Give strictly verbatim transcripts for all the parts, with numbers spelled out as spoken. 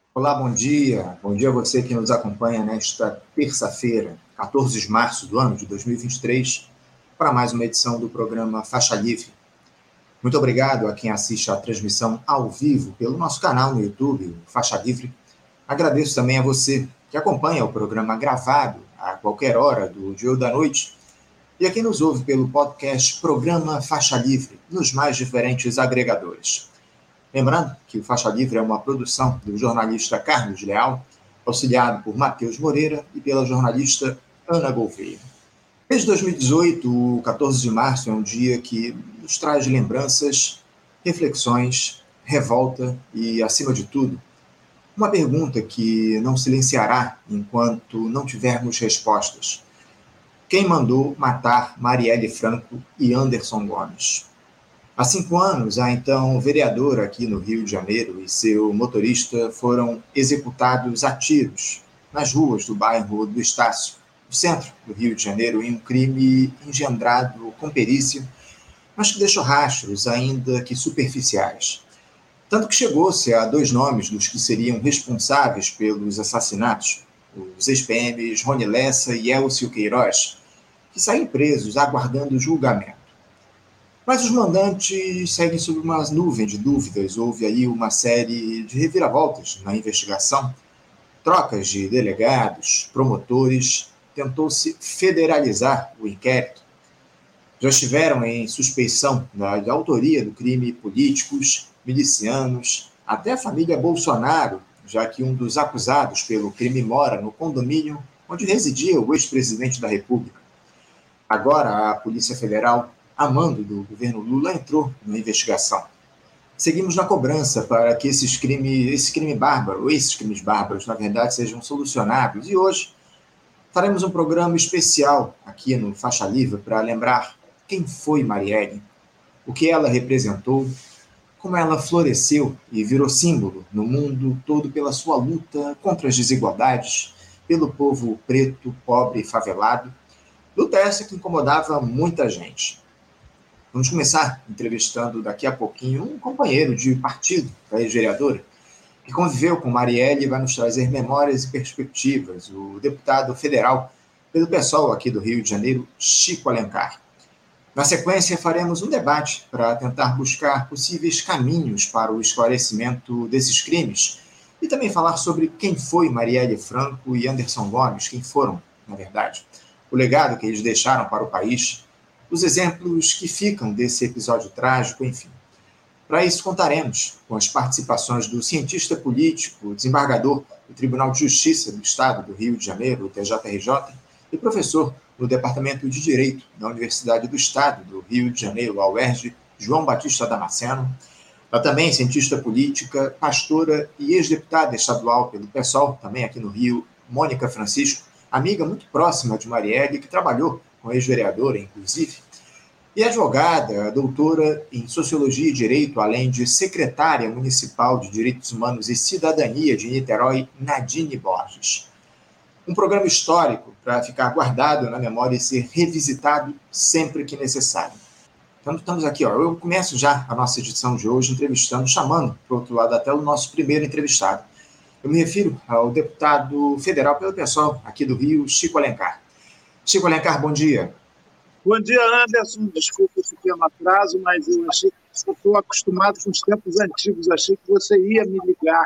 Olá, bom dia. Bom dia a você que nos acompanha nesta terça-feira, quatorze de março do ano de dois mil e vinte e três, para mais uma edição do programa Faixa Livre. Muito obrigado a quem assiste a transmissão ao vivo pelo nosso canal no YouTube, Faixa Livre. Agradeço também a você que acompanha o programa gravado a qualquer hora do dia ou da noite e a quem nos ouve pelo podcast Programa Faixa Livre, nos mais diferentes agregadores. Lembrando que o Faixa Livre é uma produção do jornalista Carlos Leal, auxiliado por Matheus Moreira e pela jornalista Ana Gouveia. Desde dois mil e dezoito, o quatorze de março é um dia que nos traz lembranças, reflexões, revolta e, acima de tudo, uma pergunta que não silenciará enquanto não tivermos respostas. Quem mandou matar Marielle Franco e Anderson Gomes? Há cinco anos, a então vereadora aqui no Rio de Janeiro e seu motorista foram executados a tiros nas ruas do bairro do Estácio, no centro do Rio de Janeiro, em um crime engendrado com perícia, mas que deixou rastros ainda que superficiais. Tanto que chegou-se a dois nomes dos que seriam responsáveis pelos assassinatos, os ex-P Ms Rony Lessa e Elcio Queiroz, que saem presos aguardando julgamento. Mas os mandantes seguem sob uma nuvem de dúvidas. Houve aí uma série de reviravoltas na investigação, trocas de delegados, promotores, tentou-se federalizar o inquérito. Já estiveram em suspeição da, da autoria do crime políticos, milicianos, até a família Bolsonaro, já que um dos acusados pelo crime mora no condomínio onde residia o ex-presidente da República. Agora a Polícia Federal, a mando do governo Lula, entrou na investigação. Seguimos na cobrança para que esses crimes, esse crime bárbaro, esses crimes bárbaros, na verdade, sejam solucionados. E hoje faremos um programa especial aqui no Faixa Livre para lembrar quem foi Marielle, o que ela representou, como ela floresceu e virou símbolo no mundo todo pela sua luta contra as desigualdades, pelo povo preto, pobre e favelado, luta essa que incomodava muita gente. Vamos começar entrevistando daqui a pouquinho um companheiro de partido da ex-vereadora, que conviveu com Marielle e vai nos trazer memórias e perspectivas, o deputado federal pelo PSOL aqui do Rio de Janeiro, Chico Alencar. Na sequência, faremos um debate para tentar buscar possíveis caminhos para o esclarecimento desses crimes e também falar sobre quem foi Marielle Franco e Anderson Gomes, quem foram, na verdade, o legado que eles deixaram para o país, os exemplos que ficam desse episódio trágico, enfim. Para isso, contaremos com as participações do cientista político, desembargador do Tribunal de Justiça do Estado do Rio de Janeiro, o T J R J, e professor no Departamento de Direito da Universidade do Estado do Rio de Janeiro, a U E R J, João Batista Damasceno. Ela também cientista política, pastora e ex-deputada estadual pelo PSOL, também aqui no Rio, Mônica Francisco, amiga muito próxima de Marielle, que trabalhou com a ex-vereadora, inclusive, e advogada, doutora em Sociologia e Direito, além de secretária municipal de Direitos Humanos e Cidadania de Niterói, Nadine Borges. Um programa histórico para ficar guardado na memória e ser revisitado sempre que necessário. Então, estamos aqui, ó, eu começo já a nossa edição de hoje entrevistando, chamando para o outro lado até o nosso primeiro entrevistado. Eu me refiro ao deputado federal pelo PSOL, aqui do Rio, Chico Alencar. Chico Alencar, bom dia. Bom dia, Anderson. Desculpa esse pequeno atraso, mas eu achei que eu estou acostumado com os tempos antigos, achei que você ia me ligar.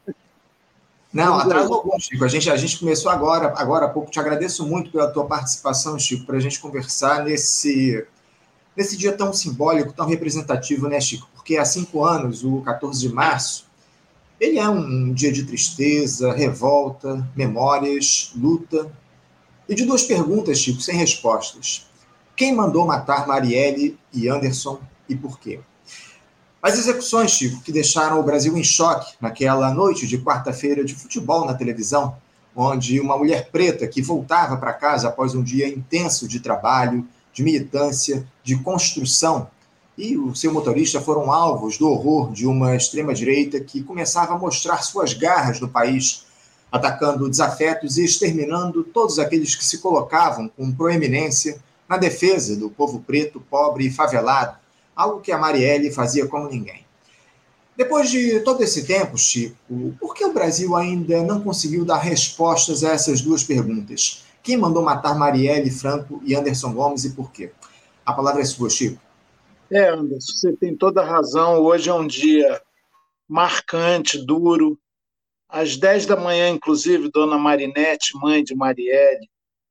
Não, atraso algum, Chico. A gente, a gente começou agora, agora há pouco. Te agradeço muito pela tua participação, Chico, para a gente conversar nesse, nesse dia tão simbólico, tão representativo, né, Chico? Porque há cinco anos, o quatorze de março, ele é um dia de tristeza, revolta, memórias, luta. E de duas perguntas, Chico, sem respostas. Quem mandou matar Marielle e Anderson e por quê? As execuções, Chico, que deixaram o Brasil em choque naquela noite de quarta-feira de futebol na televisão, onde uma mulher preta que voltava para casa após um dia intenso de trabalho, de militância, de construção, e o seu motorista foram alvos do horror de uma extrema-direita que começava a mostrar suas garras no país, atacando desafetos e exterminando todos aqueles que se colocavam com proeminência na defesa do povo preto, pobre e favelado, algo que a Marielle fazia como ninguém. Depois de todo esse tempo, Chico, por que o Brasil ainda não conseguiu dar respostas a essas duas perguntas? Quem mandou matar Marielle Franco e Anderson Gomes e por quê? A palavra é sua, Chico. É, Anderson, você tem toda a razão. Hoje é um dia marcante, duro. Às dez da manhã, inclusive, dona Marinete, mãe de Marielle,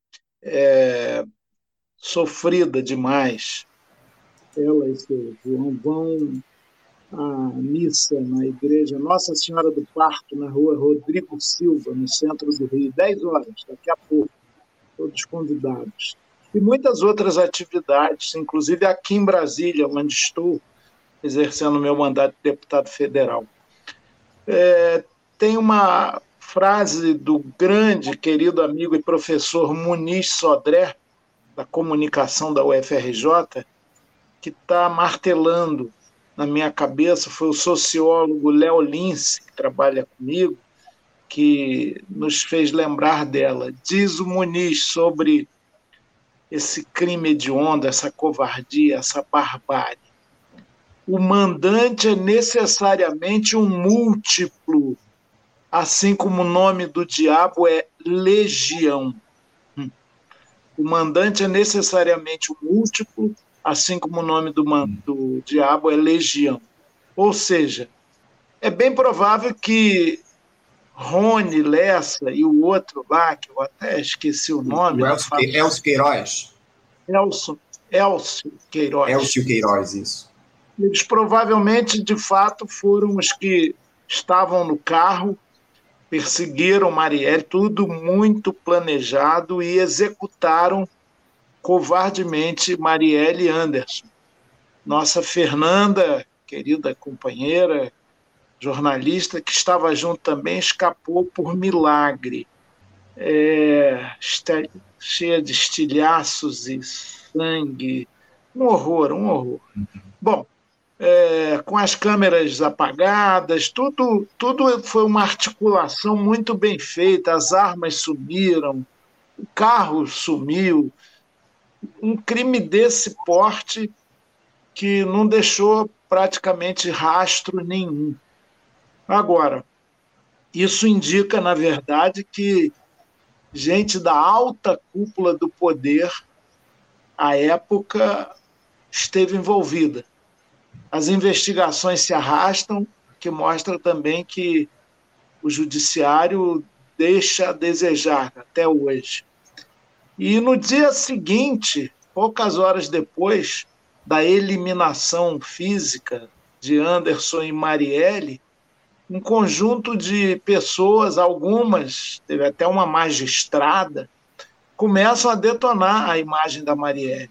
é, sofrida demais, ela e seu João vão à missa na igreja Nossa Senhora do Parto, na rua Rodrigo Silva, no centro do Rio, dez horas, daqui a pouco, todos convidados. E muitas outras atividades, inclusive aqui em Brasília, onde estou exercendo meu mandato de deputado federal. É, tem uma frase do grande, querido amigo e professor Muniz Sodré, da comunicação da U F R J, que está martelando na minha cabeça. Foi o sociólogo Léo Lince, que trabalha comigo, que nos fez lembrar dela. Diz o Muniz sobre esse crime hediondo, essa covardia, essa barbárie. O mandante é necessariamente um múltiplo, assim como o nome do diabo é legião. O mandante é necessariamente um múltiplo, assim como o nome do, do diabo é legião. Ou seja, é bem provável que Rony Lessa e o outro lá, que eu até esqueci o nome. O Elcio, que, Elcio Queiroz. Elcio, Elcio Queiroz. Elcio Queiroz, isso. Eles provavelmente, de fato, foram os que estavam no carro, perseguiram Marielle, tudo muito planejado, e executaram covardemente Marielle Anderson. Nossa Fernanda, querida companheira, jornalista, que estava junto também, escapou por milagre, é, cheia de estilhaços e sangue. Um horror, um horror. Bom, é, com as câmeras apagadas, tudo, tudo foi uma articulação muito bem feita, as armas sumiram, o carro sumiu, um crime desse porte que não deixou praticamente rastro nenhum. Agora, isso indica, na verdade, que gente da alta cúpula do poder, à época, esteve envolvida. As investigações se arrastam, que mostra também que o judiciário deixa a desejar até hoje. E no dia seguinte, poucas horas depois da eliminação física de Anderson e Marielle, um conjunto de pessoas, algumas, teve até uma magistrada, começam a detonar a imagem da Marielle.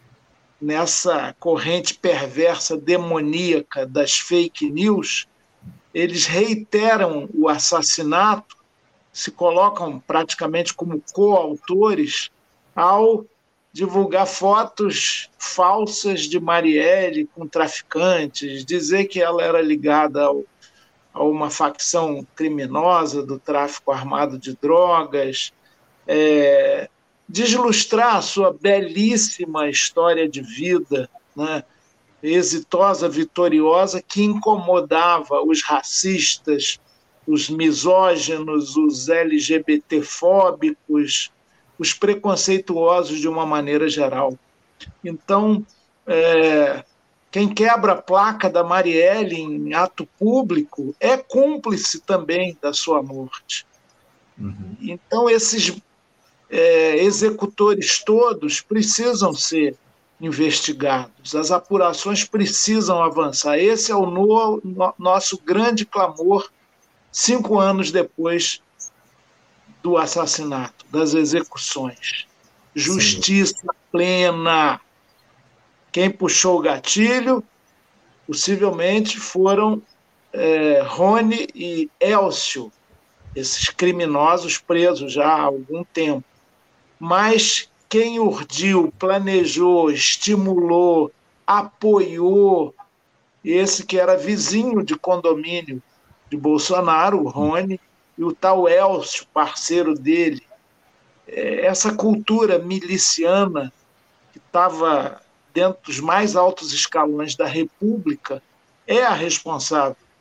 Nessa corrente perversa, demoníaca das fake news, eles reiteram o assassinato, se colocam praticamente como coautores ao divulgar fotos falsas de Marielle com traficantes, dizer que ela era ligada ao, a uma facção criminosa do tráfico armado de drogas, é, deslustrar a sua belíssima história de vida, né, exitosa, vitoriosa, que incomodava os racistas, os misóginos, os L G B T-fóbicos, os preconceituosos de uma maneira geral. Então, é, quem quebra a placa da Marielle em ato público é cúmplice também da sua morte. Uhum. Então, esses é, executores todos precisam ser investigados, as apurações precisam avançar. Esse é o no, no, nosso grande clamor cinco anos depois do assassinato, das execuções. Justiça Sim. plena. Quem puxou o gatilho, possivelmente, foram é, Rony e Elcio, esses criminosos presos já há algum tempo. Mas quem urdiu, planejou, estimulou, apoiou, esse que era vizinho de condomínio de Bolsonaro, o Rony, e o tal Elcio, parceiro dele, essa cultura miliciana que estava dentro dos mais altos escalões da República é a responsável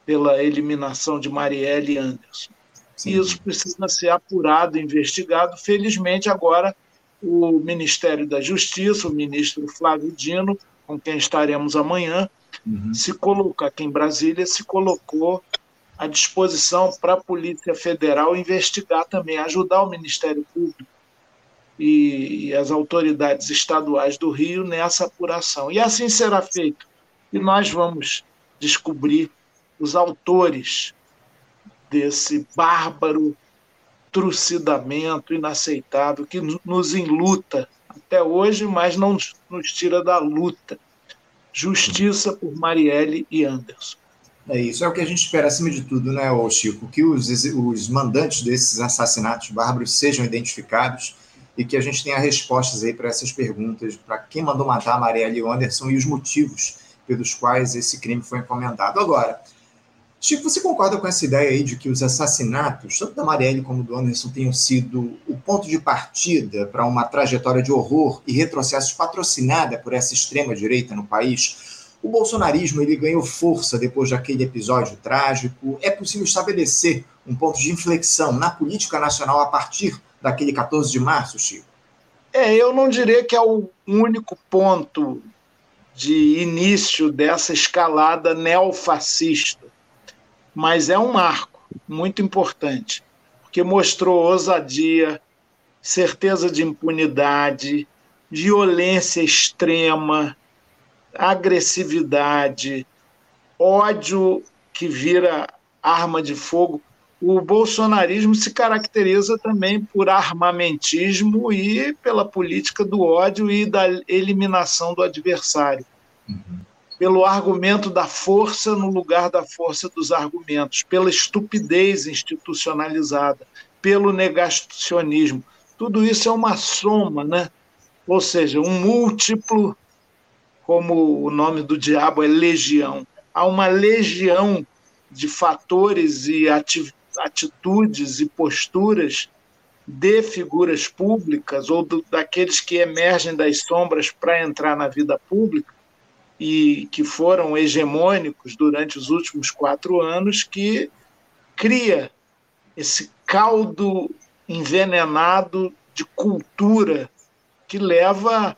pela eliminação de Marielle e Anderson. Sim. E isso precisa ser apurado, investigado. Felizmente, agora, o Ministério da Justiça, o ministro Flávio Dino, com quem estaremos amanhã, uhum. se coloca, aqui em Brasília, se colocou à disposição para a Polícia Federal investigar também, ajudar o Ministério Público e, e as autoridades estaduais do Rio nessa apuração. E assim será feito. E nós vamos descobrir os autores desse bárbaro trucidamento inaceitável que nos enluta até hoje, mas não nos tira da luta. Justiça por Marielle e Anderson. É isso, é o que a gente espera acima de tudo, né, Chico? Que os, os mandantes desses assassinatos bárbaros sejam identificados e que a gente tenha respostas aí para essas perguntas, para quem mandou matar a Marielle e o Anderson e os motivos pelos quais esse crime foi encomendado. Agora, Chico, você concorda com essa ideia aí de que os assassinatos, tanto da Marielle como do Anderson, tenham sido o ponto de partida para uma trajetória de horror e retrocessos patrocinada por essa extrema-direita no país? O bolsonarismo ele ganhou força depois daquele episódio trágico. É possível estabelecer um ponto de inflexão na política nacional a partir daquele quatorze de março, Chico? É, eu não diria que é o único ponto de início dessa escalada neofascista, mas é um marco muito importante, porque mostrou ousadia, certeza de impunidade, violência extrema, agressividade, ódio que vira arma de fogo. O bolsonarismo se caracteriza também por armamentismo e pela política do ódio e da eliminação do adversário. Uhum. Pelo argumento da força no lugar da força dos argumentos, pela estupidez institucionalizada, pelo negacionismo. Tudo isso é uma soma, né? Ou seja, um múltiplo, como o nome do diabo é legião. Há uma legião de fatores e atitudes e posturas de figuras públicas ou do, daqueles que emergem das sombras para entrar na vida pública, e que foram hegemônicos durante os últimos quatro anos, que cria esse caldo envenenado de cultura que leva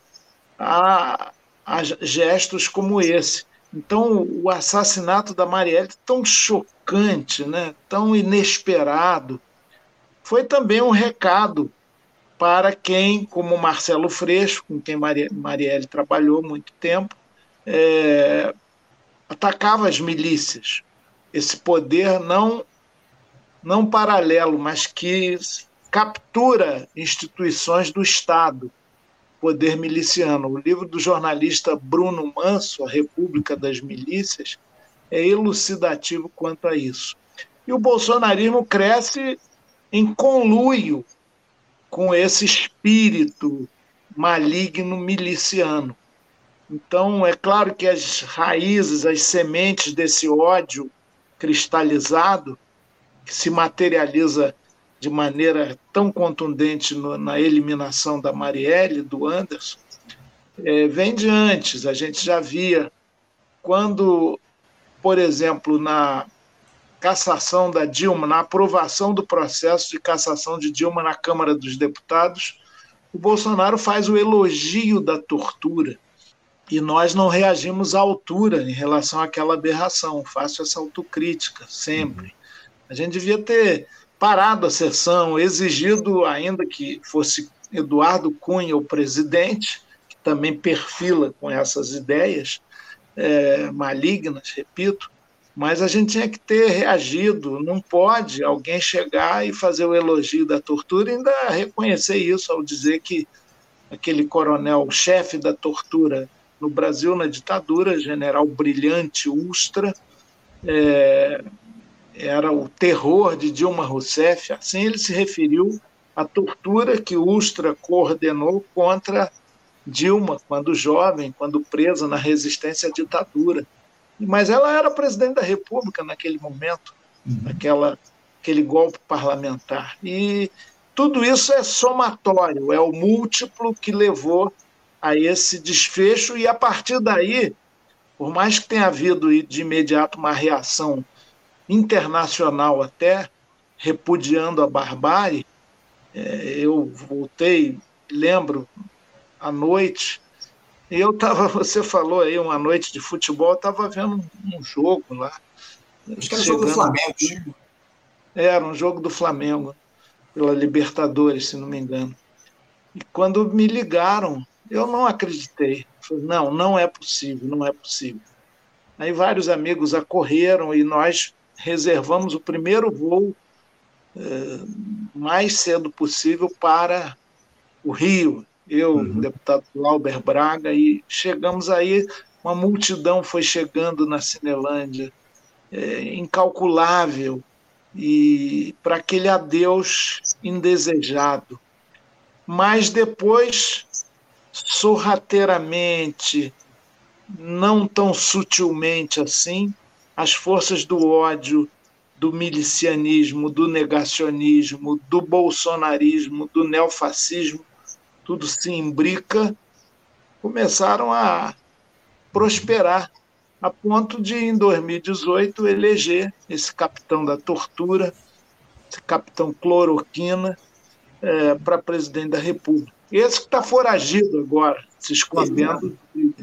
a, a gestos como esse. Então, o assassinato da Marielle, tão chocante, né, tão inesperado, foi também um recado para quem, como Marcelo Freixo, com quem Marielle trabalhou muito tempo, É, atacava as milícias, esse poder não, não paralelo, mas que captura instituições do Estado, poder miliciano. O livro do jornalista Bruno Manso, A República das Milícias, é elucidativo quanto a isso. E o bolsonarismo cresce em conluio com esse espírito maligno miliciano. Então, é claro que as raízes, as sementes desse ódio cristalizado, que se materializa de maneira tão contundente no, na eliminação da Marielle, do Anderson, é, vem de antes. A gente já via quando, por exemplo, na cassação da Dilma, na aprovação do processo de cassação de Dilma na Câmara dos Deputados, o Bolsonaro faz o elogio da tortura. E nós não reagimos à altura em relação àquela aberração. Faço essa autocrítica sempre. A gente devia ter parado a sessão, exigido ainda que fosse Eduardo Cunha o presidente, que também perfila com essas ideias é, malignas, repito, mas a gente tinha que ter reagido. Não pode alguém chegar e fazer o elogio da tortura e ainda reconhecer isso ao dizer que aquele coronel, chefe da tortura no Brasil, na ditadura, general brilhante, Ustra, é, era o terror de Dilma Rousseff. Assim ele se referiu à tortura que Ustra coordenou contra Dilma, quando jovem, quando presa na resistência à ditadura. Mas ela era presidente da República naquele momento, uhum. naquela, aquele golpe parlamentar. E tudo isso é somatório, é o múltiplo que levou a esse desfecho, e a partir daí, por mais que tenha havido de imediato uma reação internacional até, repudiando a barbárie. É, eu voltei, lembro, à noite, e eu estava, você falou aí, uma noite de futebol, eu estava vendo um, um jogo lá. Acho que era o jogo do Flamengo. Era um jogo do Flamengo, pela Libertadores, se não me engano. E quando me ligaram, eu não acreditei. Falei, não, não é possível, não é possível. Aí vários amigos acorreram e nós reservamos o primeiro voo eh, mais cedo possível para o Rio. Eu, uhum. o deputado Lauber Braga, e chegamos aí, uma multidão foi chegando na Cinelândia, é, incalculável, e para aquele adeus indesejado. Mas depois, sorrateiramente, não tão sutilmente assim, as forças do ódio, do milicianismo, do negacionismo, do bolsonarismo, do neofascismo, tudo se imbrica, começaram a prosperar, a ponto de, em dois mil e dezoito, eleger esse capitão da tortura, esse capitão cloroquina, é, para presidente da República. Esse que está foragido agora, se escondendo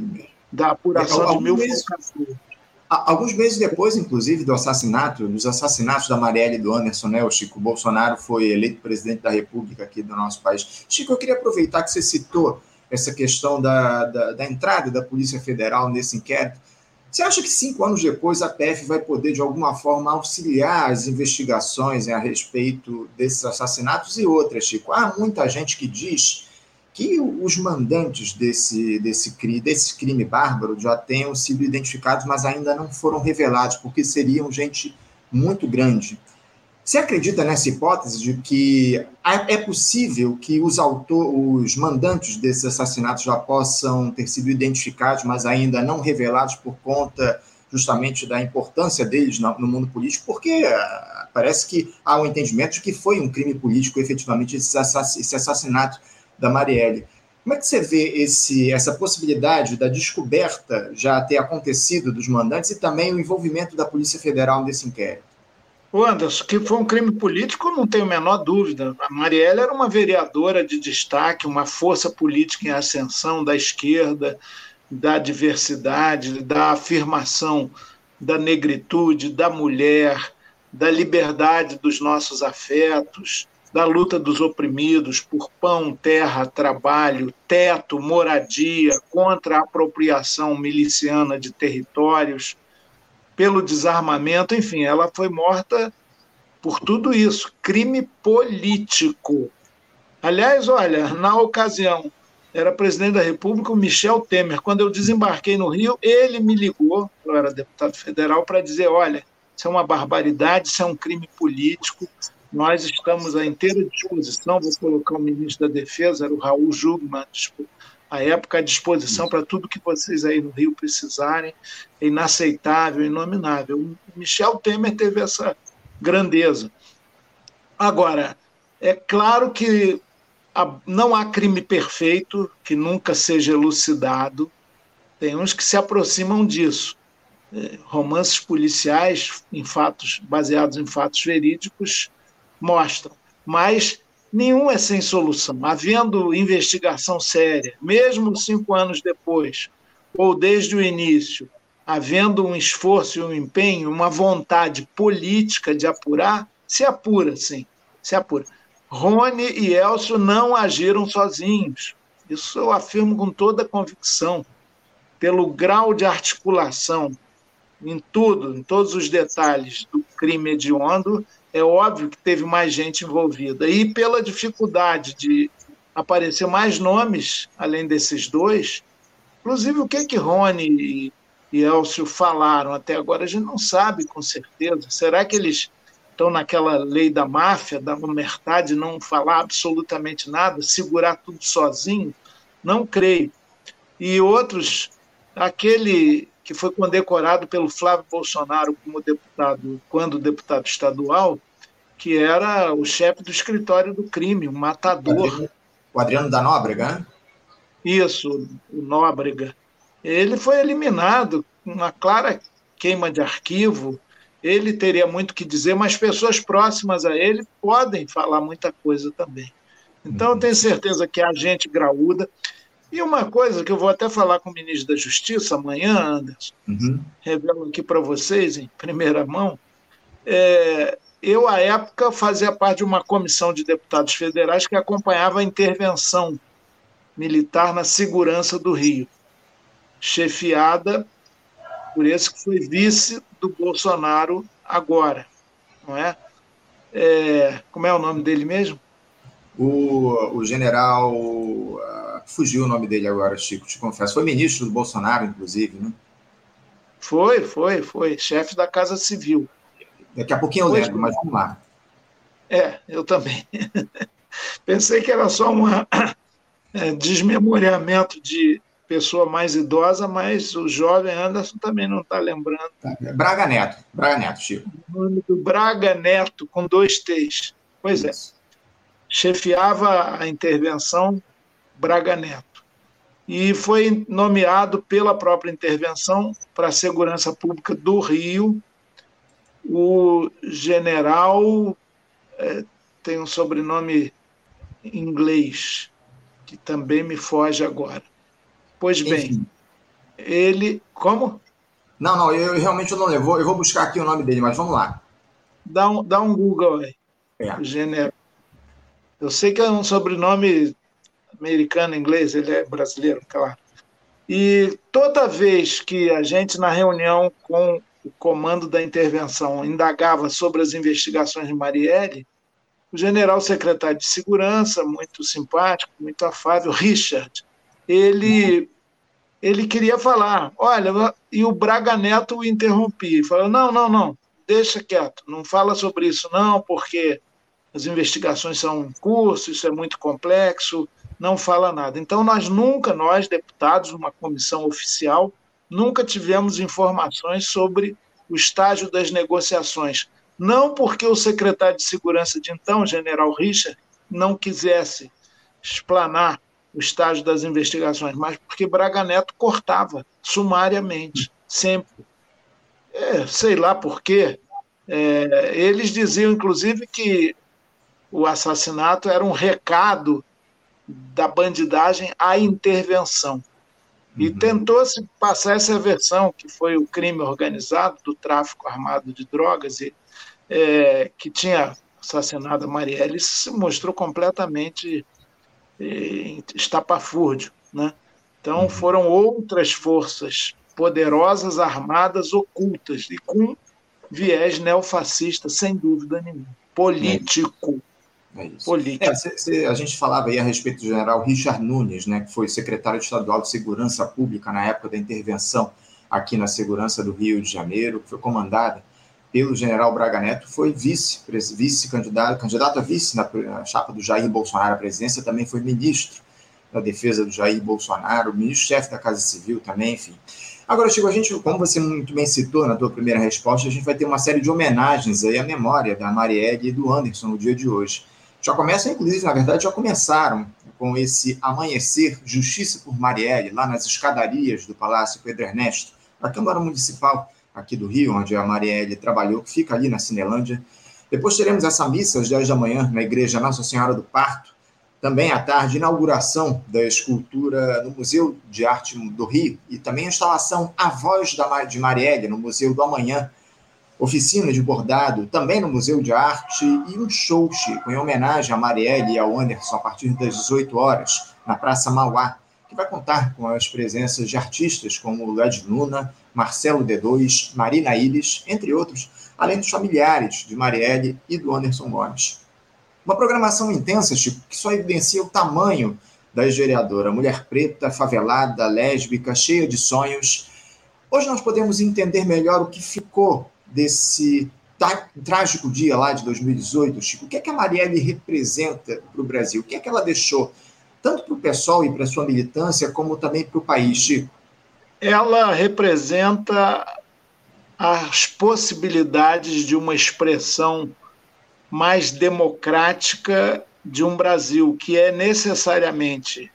da apuração de mil falcatruas. Alguns meses depois, inclusive, do assassinato, dos assassinatos da Marielle e do Anderson, né, o Chico Bolsonaro foi eleito presidente da República aqui do nosso país. Chico, eu queria aproveitar que você citou essa questão da, da, da entrada da Polícia Federal nesse inquérito. Você acha que cinco anos depois a P F vai poder, de alguma forma, auxiliar as investigações, né, a respeito desses assassinatos e outras, Chico? Há muita gente que diz que os mandantes desse, desse, desse crime bárbaro já tenham sido identificados, mas ainda não foram revelados, porque seriam gente muito grande. Você acredita nessa hipótese de que é possível que os, autor, os mandantes desses assassinatos já possam ter sido identificados, mas ainda não revelados por conta justamente da importância deles no mundo político? Porque uh, parece que há um entendimento de que foi um crime político, efetivamente, esse assassinato da Marielle. Como é que você vê esse, essa possibilidade da descoberta já ter acontecido dos mandantes e também o envolvimento da Polícia Federal nesse inquérito? O Anderson, que foi um crime político, não tenho a menor dúvida. A Marielle era uma vereadora de destaque, uma força política em ascensão da esquerda, da diversidade, da afirmação da negritude, da mulher, da liberdade dos nossos afetos, da luta dos oprimidos por pão, terra, trabalho, teto, moradia, contra a apropriação miliciana de territórios, pelo desarmamento, enfim, ela foi morta por tudo isso, crime político. Aliás, olha, na ocasião, era presidente da República o Michel Temer. Quando eu desembarquei no Rio, ele me ligou, eu era deputado federal, para dizer, olha, isso é uma barbaridade, isso é um crime político, nós estamos à inteira disposição, vou colocar o ministro da Defesa, era o Raul Jugman, à época à disposição para tudo que vocês aí no Rio precisarem, é inaceitável, inominável. O Michel Temer teve essa grandeza. Agora, é claro que não há crime perfeito que nunca seja elucidado, tem uns que se aproximam disso. Romances policiais em fatos, baseados em fatos verídicos mostram, mas nenhum é sem solução. Havendo investigação séria, mesmo cinco anos depois, ou desde o início, havendo um esforço e um empenho, uma vontade política de apurar, se apura, sim, se apura. Rony e Elcio não agiram sozinhos. Isso eu afirmo com toda convicção. Pelo grau de articulação em tudo, em todos os detalhes do crime hediondo, é óbvio que teve mais gente envolvida. E pela dificuldade de aparecer mais nomes, além desses dois, inclusive o que que Rony e Elcio falaram até agora, a gente não sabe com certeza. Será que eles estão naquela lei da máfia, da omertà, de não falar absolutamente nada, segurar tudo sozinho? Não creio. E outros, aquele que foi condecorado pelo Flávio Bolsonaro como deputado, quando deputado estadual, que era o chefe do escritório do crime, o matador. O Adriano da Nóbrega, né? Isso, o Nóbrega. Ele foi eliminado com uma clara queima de arquivo ele teria muito que dizer, mas pessoas próximas a ele podem falar muita coisa também. Então, eu tenho certeza que a gente graúda. E uma coisa que eu vou até falar com o ministro da Justiça amanhã, Anderson, uhum. revelo aqui para vocês, em primeira mão, é, eu, à época, fazia parte de uma comissão de deputados federais que acompanhava a intervenção militar na segurança do Rio, chefiada por esse que foi vice do Bolsonaro agora, não é? é como é o nome dele mesmo? O, o general... Uh, fugiu o nome dele agora, Chico, te confesso. Foi ministro do Bolsonaro, inclusive, né? Foi, foi, foi. Chefe da Casa Civil. Daqui a pouquinho eu lembro, mas vamos lá. É, eu também. Pensei que era só um é, desmemoriamento de pessoa mais idosa, mas o jovem Anderson também não está lembrando. Braga Neto, Braga Neto, Chico. O nome do Braga Neto, com dois T's. Pois Isso. é. Chefiava a intervenção Braga Neto. E foi nomeado pela própria intervenção para a segurança pública do Rio o general, é, tem um sobrenome inglês, que também me foge agora. Pois bem, Enfim. ele... Como? Não, não, eu realmente não levo. Eu vou buscar aqui o nome dele, mas vamos lá. Dá um, dá um Google aí. É. O general. Eu sei que é um sobrenome americano, inglês, ele é brasileiro, claro. E toda vez que a gente, na reunião com o comando da intervenção, indagava sobre as investigações de Marielle, o general secretário de Segurança, muito simpático, muito afável, Richard, ele, ele queria falar, olha, e o Braga Neto o interrompia, falou, não, não, não, deixa quieto, não fala sobre isso não, porque as investigações são em curso, isso é muito complexo, não fala nada. Então, nós nunca, nós, deputados, numa comissão oficial, nunca tivemos informações sobre o estágio das negociações. Não porque o secretário de Segurança de então, general Richard, não quisesse explanar o estágio das investigações, mas porque Braga Neto cortava sumariamente, sempre. É, sei lá por quê. É, eles diziam, inclusive, que o assassinato era um recado da bandidagem à intervenção. E uhum. tentou-se passar essa versão, que foi o crime organizado do tráfico armado de drogas, e, é, que tinha assassinado a Marielle. Isso se mostrou completamente é, estapafúrdio, né? Então, uhum. foram outras forças poderosas, armadas, ocultas, e com viés neofascista, sem dúvida nenhuma. Político. É isso. Político. É, cê, cê, a gente falava aí a respeito do general Richard Nunes, né, que foi secretário estadual de Segurança Pública na época da intervenção aqui na segurança do Rio de Janeiro, que foi comandada pelo general Braga Neto, foi vice, vice-candidato, candidato a vice na, na chapa do Jair Bolsonaro à presidência, também foi ministro da defesa do Jair Bolsonaro, ministro-chefe da Casa Civil também, enfim. Agora, Chico, a gente, como você muito bem citou na tua primeira resposta, a gente vai ter uma série de homenagens aí à memória da Marielle e do Anderson no dia de hoje. Já começam, inclusive, na verdade, já começaram com esse amanhecer Justiça por Marielle, lá nas escadarias do Palácio Pedro Ernesto, da Câmara Municipal aqui do Rio, onde a Marielle trabalhou, que fica ali na Cinelândia. Depois teremos essa missa às dez da manhã na Igreja Nossa Senhora do Parto. Também à tarde, inauguração da escultura no Museu de Arte do Rio e também a instalação A Voz da, de Marielle no Museu do Amanhã. Oficina de bordado, também no Museu de Arte, e um show, Chico, em homenagem a Marielle e ao Anderson, a partir das dezoito horas, na Praça Mauá, que vai contar com as presenças de artistas como Led Luna, Marcelo D dois, Marina Iris, entre outros, além dos familiares de Marielle e do Anderson Gomes. Uma programação intensa, Chico, que só evidencia o tamanho da ex-vereadora, mulher preta, favelada, lésbica, cheia de sonhos. Hoje nós podemos entender melhor o que ficou desse trágico dia lá de dois mil e dezoito, Chico. O que é que a Marielle representa para o Brasil? O que é que ela deixou, tanto para o pessoal e para a sua militância, como também para o país, Chico? Ela representa as possibilidades de uma expressão mais democrática de um Brasil que é necessariamente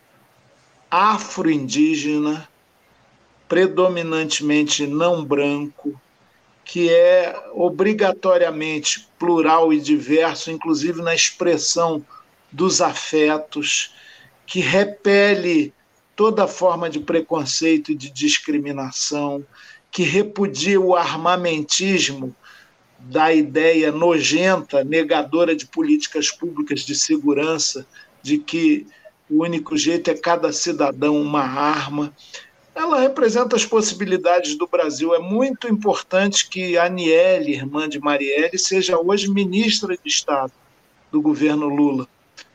afro-indígena, predominantemente não branco, que é obrigatoriamente plural e diverso, inclusive na expressão dos afetos, que repele toda forma de preconceito e de discriminação, que repudia o armamentismo da ideia nojenta, negadora de políticas públicas de segurança, de que o único jeito é cada cidadão uma arma. Ela representa as possibilidades do Brasil. É muito importante que a Aniele, irmã de Marielle, seja hoje ministra de Estado do governo Lula,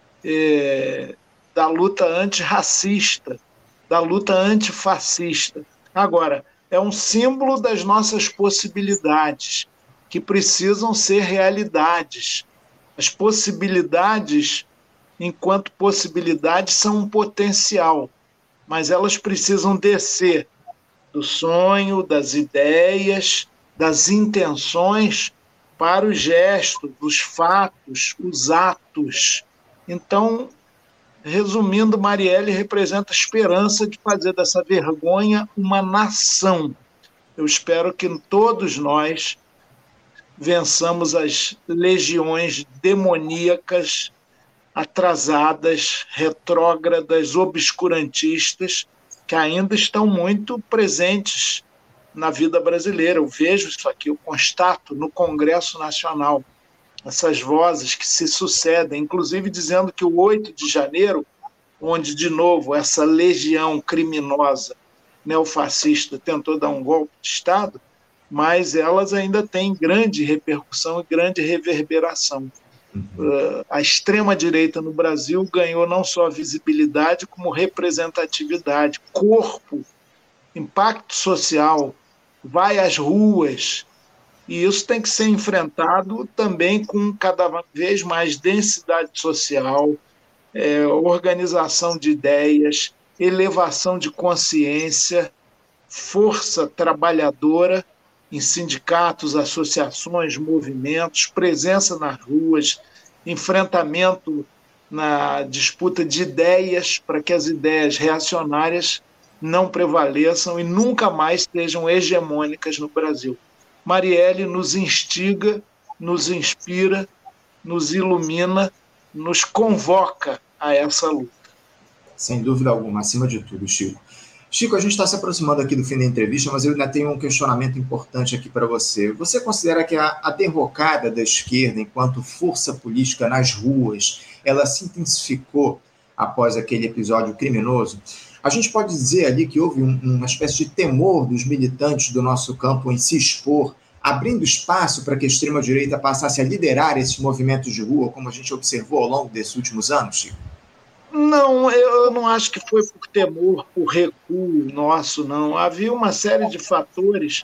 é, da luta antirracista, da luta antifascista. Agora, é um símbolo das nossas possibilidades, que precisam ser realidades. As possibilidades, enquanto possibilidades, são um potencial, mas elas precisam descer do sonho, das ideias, das intenções para os gestos, os fatos, os atos. Então, resumindo, Marielle representa a esperança de fazer dessa vergonha uma nação. Eu espero que todos nós vençamos as legiões demoníacas, atrasadas, retrógradas, obscurantistas, que ainda estão muito presentes na vida brasileira. Eu vejo isso aqui, eu constato no Congresso Nacional, essas vozes que se sucedem, inclusive dizendo que o oito de janeiro, onde, de novo, essa legião criminosa neofascista tentou dar um golpe de Estado, mas elas ainda têm grande repercussão e grande reverberação. Uhum. A extrema-direita no Brasil ganhou não só visibilidade, como representatividade, corpo, impacto social, vai às ruas, e isso tem que ser enfrentado também com cada vez mais densidade social, é, organização de ideias, elevação de consciência, força trabalhadora em sindicatos, associações, movimentos, presença nas ruas, enfrentamento na disputa de ideias para que as ideias reacionárias não prevaleçam e nunca mais sejam hegemônicas no Brasil. Marielle nos instiga, nos inspira, nos ilumina, nos convoca a essa luta. Sem dúvida alguma, acima de tudo, Chico. Chico, a gente está se aproximando aqui do fim da entrevista, mas eu ainda tenho um questionamento importante aqui para você. Você considera que a, a derrocada da esquerda, enquanto força política nas ruas, ela se intensificou após aquele episódio criminoso? A gente pode dizer ali que houve um, uma espécie de temor dos militantes do nosso campo em se expor, abrindo espaço para que a extrema-direita passasse a liderar esses movimentos de rua, como a gente observou ao longo desses últimos anos, Chico? Não, eu não acho que foi por temor, por recuo nosso, não. Havia uma série de fatores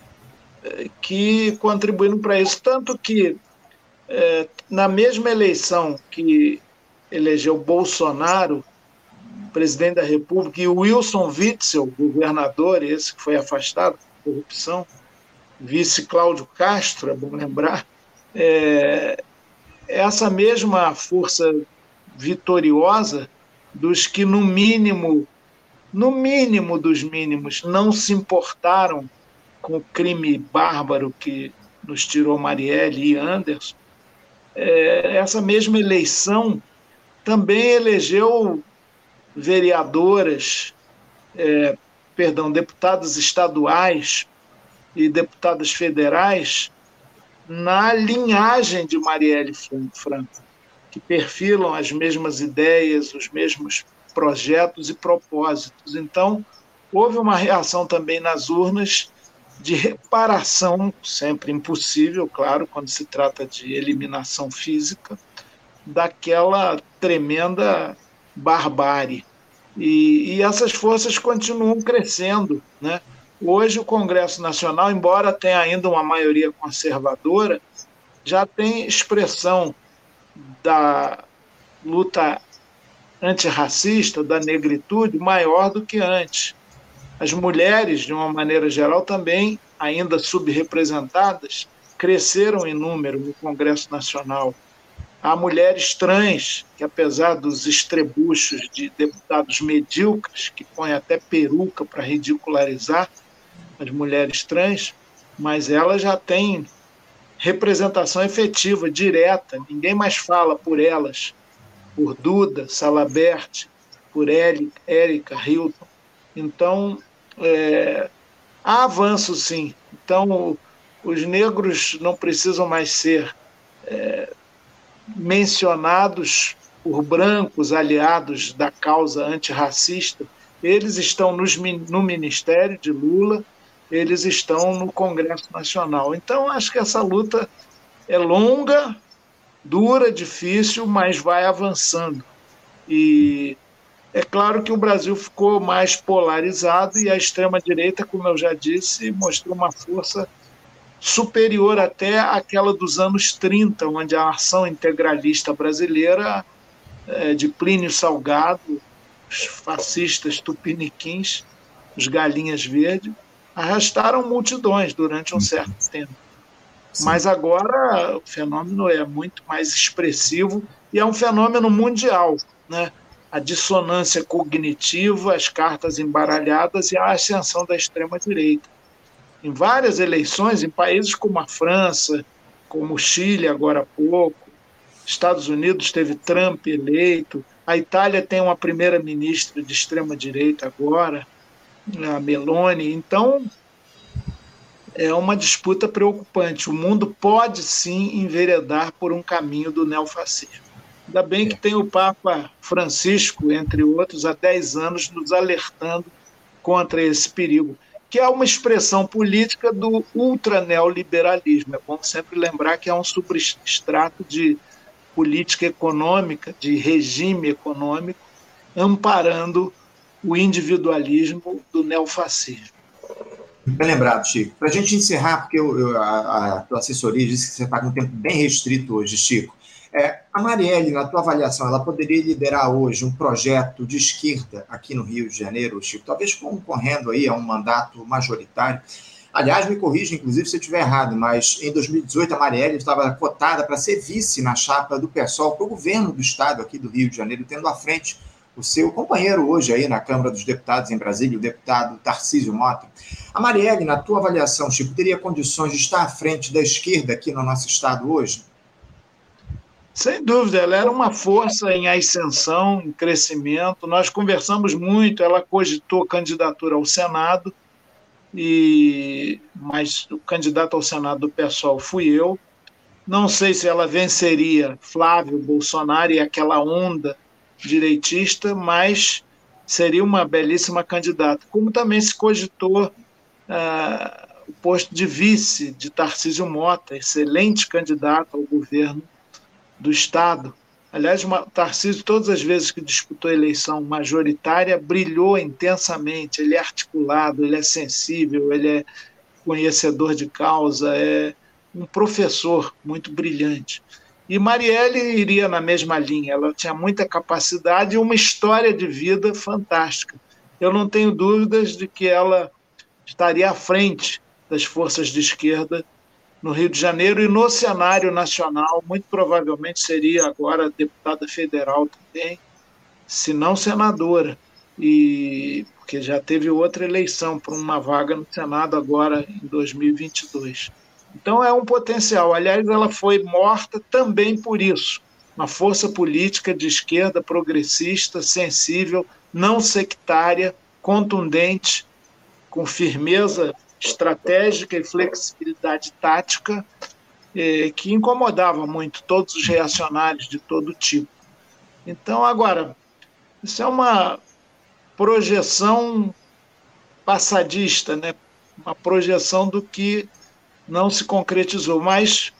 que contribuíram para isso, tanto que é, na mesma eleição que elegeu Bolsonaro, presidente da República, e Wilson Witzel, governador, esse que foi afastado por corrupção, vice Cláudio Castro, é bom lembrar, é, essa mesma força vitoriosa dos que, no mínimo, no mínimo dos mínimos, não se importaram com o crime bárbaro que nos tirou Marielle e Anderson, é, essa mesma eleição também elegeu vereadoras, é, perdão, deputadas estaduais e deputadas federais na linhagem de Marielle Franco, que perfilam as mesmas ideias, os mesmos projetos e propósitos. Então, houve uma reação também nas urnas de reparação, sempre impossível, claro, quando se trata de eliminação física, daquela tremenda barbárie. E, e essas forças continuam crescendo, né? Hoje o Congresso Nacional, embora tenha ainda uma maioria conservadora, já tem expressão da luta antirracista, da negritude, maior do que antes. As mulheres, de uma maneira geral, também, ainda subrepresentadas, cresceram em número no Congresso Nacional. Há mulheres trans, que apesar dos estrebuchos de deputados medíocres, que põem até peruca para ridicularizar as mulheres trans, mas ela já tem representação efetiva, direta, ninguém mais fala por elas, por Duda, Salabert, por Érica, Hilton. Então, é, há avanço, sim. Então, os negros não precisam mais ser é, mencionados por brancos aliados da causa antirracista. Eles estão nos, no Ministério de Lula, eles estão no Congresso Nacional. Então, acho que essa luta é longa, dura, difícil, mas vai avançando. E é claro que o Brasil ficou mais polarizado e a extrema-direita, como eu já disse, mostrou uma força superior até àquela dos anos trinta, onde a ação integralista brasileira, de Plínio Salgado, os fascistas tupiniquins, os galinhas verdes, arrastaram multidões durante um certo tempo. Sim. Mas agora o fenômeno é muito mais expressivo e é um fenômeno mundial, né? A dissonância cognitiva, as cartas embaralhadas e a ascensão da extrema-direita. Em várias eleições, em países como a França, como o Chile agora há pouco, Estados Unidos teve Trump eleito, a Itália tem uma primeira-ministra de extrema-direita agora, a Meloni. Então, é uma disputa preocupante. O mundo pode, sim, enveredar por um caminho do neofascismo. Ainda bem que tem o Papa Francisco, entre outros, há dez anos, nos alertando contra esse perigo, que é uma expressão política do ultraneoliberalismo. É bom sempre lembrar que é um substrato de política econômica, de regime econômico, amparando o individualismo do neofascismo. Bem lembrado, Chico. Para a gente encerrar, porque eu, eu, a, a tua assessoria disse que você está com um tempo bem restrito hoje, Chico. É, a Marielle, na tua avaliação, ela poderia liderar hoje um projeto de esquerda aqui no Rio de Janeiro, Chico, talvez concorrendo aí a um mandato majoritário? Aliás, me corrija, inclusive, se eu estiver errado, mas em dois mil e dezoito a Marielle estava cotada para ser vice na chapa do PSOL para o governo do estado aqui do Rio de Janeiro, tendo à frente o seu companheiro hoje aí na Câmara dos Deputados em Brasília, o deputado Tarcísio Mota. A Marielle, na tua avaliação, Chico, teria condições de estar à frente da esquerda aqui no nosso estado hoje? Sem dúvida, ela era uma força em ascensão, em crescimento. Nós conversamos muito, ela cogitou candidatura ao Senado, e... mas o candidato ao Senado do PSOL fui eu. Não sei se ela venceria Flávio Bolsonaro e aquela onda direitista, mas seria uma belíssima candidata. Como também se cogitou uh, o posto de vice de Tarcísio Mota, excelente candidato ao governo do Estado. Aliás, o Tarcísio, todas as vezes que disputou a eleição majoritária, brilhou intensamente. Ele é articulado, ele é sensível, ele é conhecedor de causa, é um professor muito brilhante. E Marielle iria na mesma linha, ela tinha muita capacidade e uma história de vida fantástica. Eu não tenho dúvidas de que ela estaria à frente das forças de esquerda no Rio de Janeiro e no cenário nacional, muito provavelmente seria agora deputada federal também, se não senadora, e, porque já teve outra eleição para uma vaga no Senado agora em dois mil e vinte e dois. Então é um potencial. Aliás, ela foi morta também por isso, uma força política de esquerda progressista, sensível, não sectária, contundente, com firmeza estratégica e flexibilidade tática, eh, que incomodava muito todos os reacionários de todo tipo. Então, agora, isso é uma projeção passadista, né? Uma projeção do que não se concretizou, mas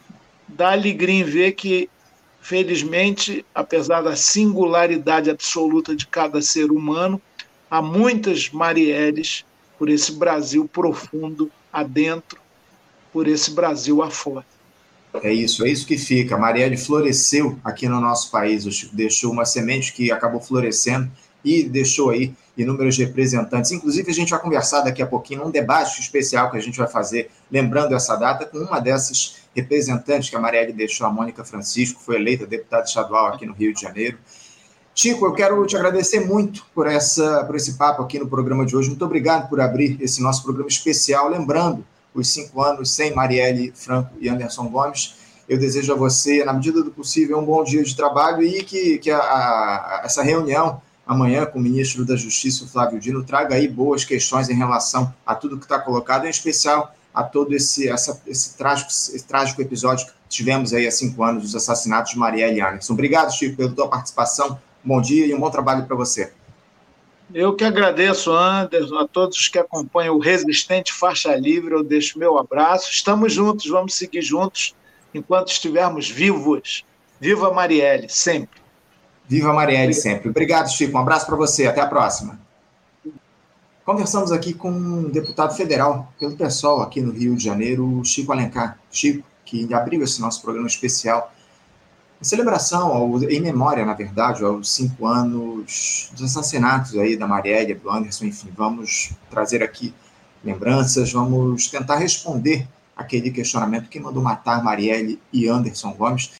dá alegria em ver que, felizmente, apesar da singularidade absoluta de cada ser humano, há muitas Marielles por esse Brasil profundo adentro, por esse Brasil afora. É isso, é isso que fica. A Marielle floresceu aqui no nosso país, deixou uma semente que acabou florescendo e deixou aí inúmeros representantes. Inclusive, a gente vai conversar daqui a pouquinho num debate especial que a gente vai fazer, lembrando essa data, com uma dessas representantes que a Marielle deixou, a Mônica Francisco, foi eleita deputada estadual aqui no Rio de Janeiro. Chico, eu quero te agradecer muito por, essa, por esse papo aqui no programa de hoje. Muito obrigado por abrir esse nosso programa especial, lembrando os cinco anos sem Marielle Franco e Anderson Gomes. Eu desejo a você, na medida do possível, um bom dia de trabalho e que, que a, a, essa reunião amanhã com o ministro da Justiça, o Flávio Dino, traga aí boas questões em relação a tudo que está colocado, em especial a todo esse, essa, esse, trágico, esse trágico episódio que tivemos aí há cinco anos dos assassinatos de Marielle e Anderson. Obrigado, Chico, pela tua participação. Bom dia e um bom trabalho para você. Eu que agradeço, Anderson, a todos que acompanham o Resistente Faixa Livre. Eu deixo meu abraço. Estamos juntos, vamos seguir juntos enquanto estivermos vivos. Viva Marielle, sempre. Viva Marielle, sempre. Obrigado, Chico. Um abraço para você. Até a próxima. Conversamos aqui com um deputado federal pelo PSOL aqui no Rio de Janeiro, Chico Alencar. Chico, que abriu esse nosso programa especial em celebração, ao, em memória, na verdade, aos cinco anos dos assassinatos aí da Marielle, do Anderson, enfim, vamos trazer aqui lembranças, vamos tentar responder aquele questionamento: quem mandou matar Marielle e Anderson Gomes.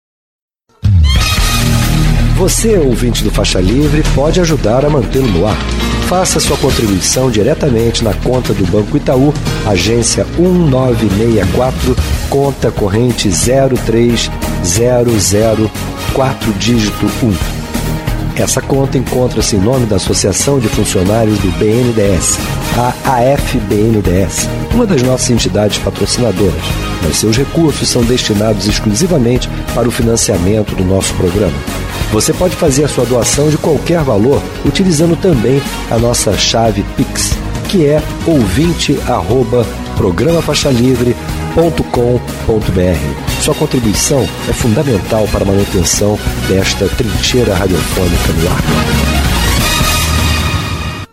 Você, ouvinte do Faixa Livre, pode ajudar a mantê-lo no ar. Faça sua contribuição diretamente na conta do Banco Itaú, agência um nove seis quatro, conta corrente zero três zero zero quatro dígito um. Essa conta encontra-se em nome da Associação de Funcionários do B N D E S, a A F B N D E S, uma das nossas entidades patrocinadoras, mas seus recursos são destinados exclusivamente para o financiamento do nosso programa. Você pode fazer a sua doação de qualquer valor utilizando também a nossa chave Pix, que é ouvinte arroba programa faixa livre ponto com ponto b r. Sua contribuição é fundamental para a manutenção desta trincheira radiofônica no ar.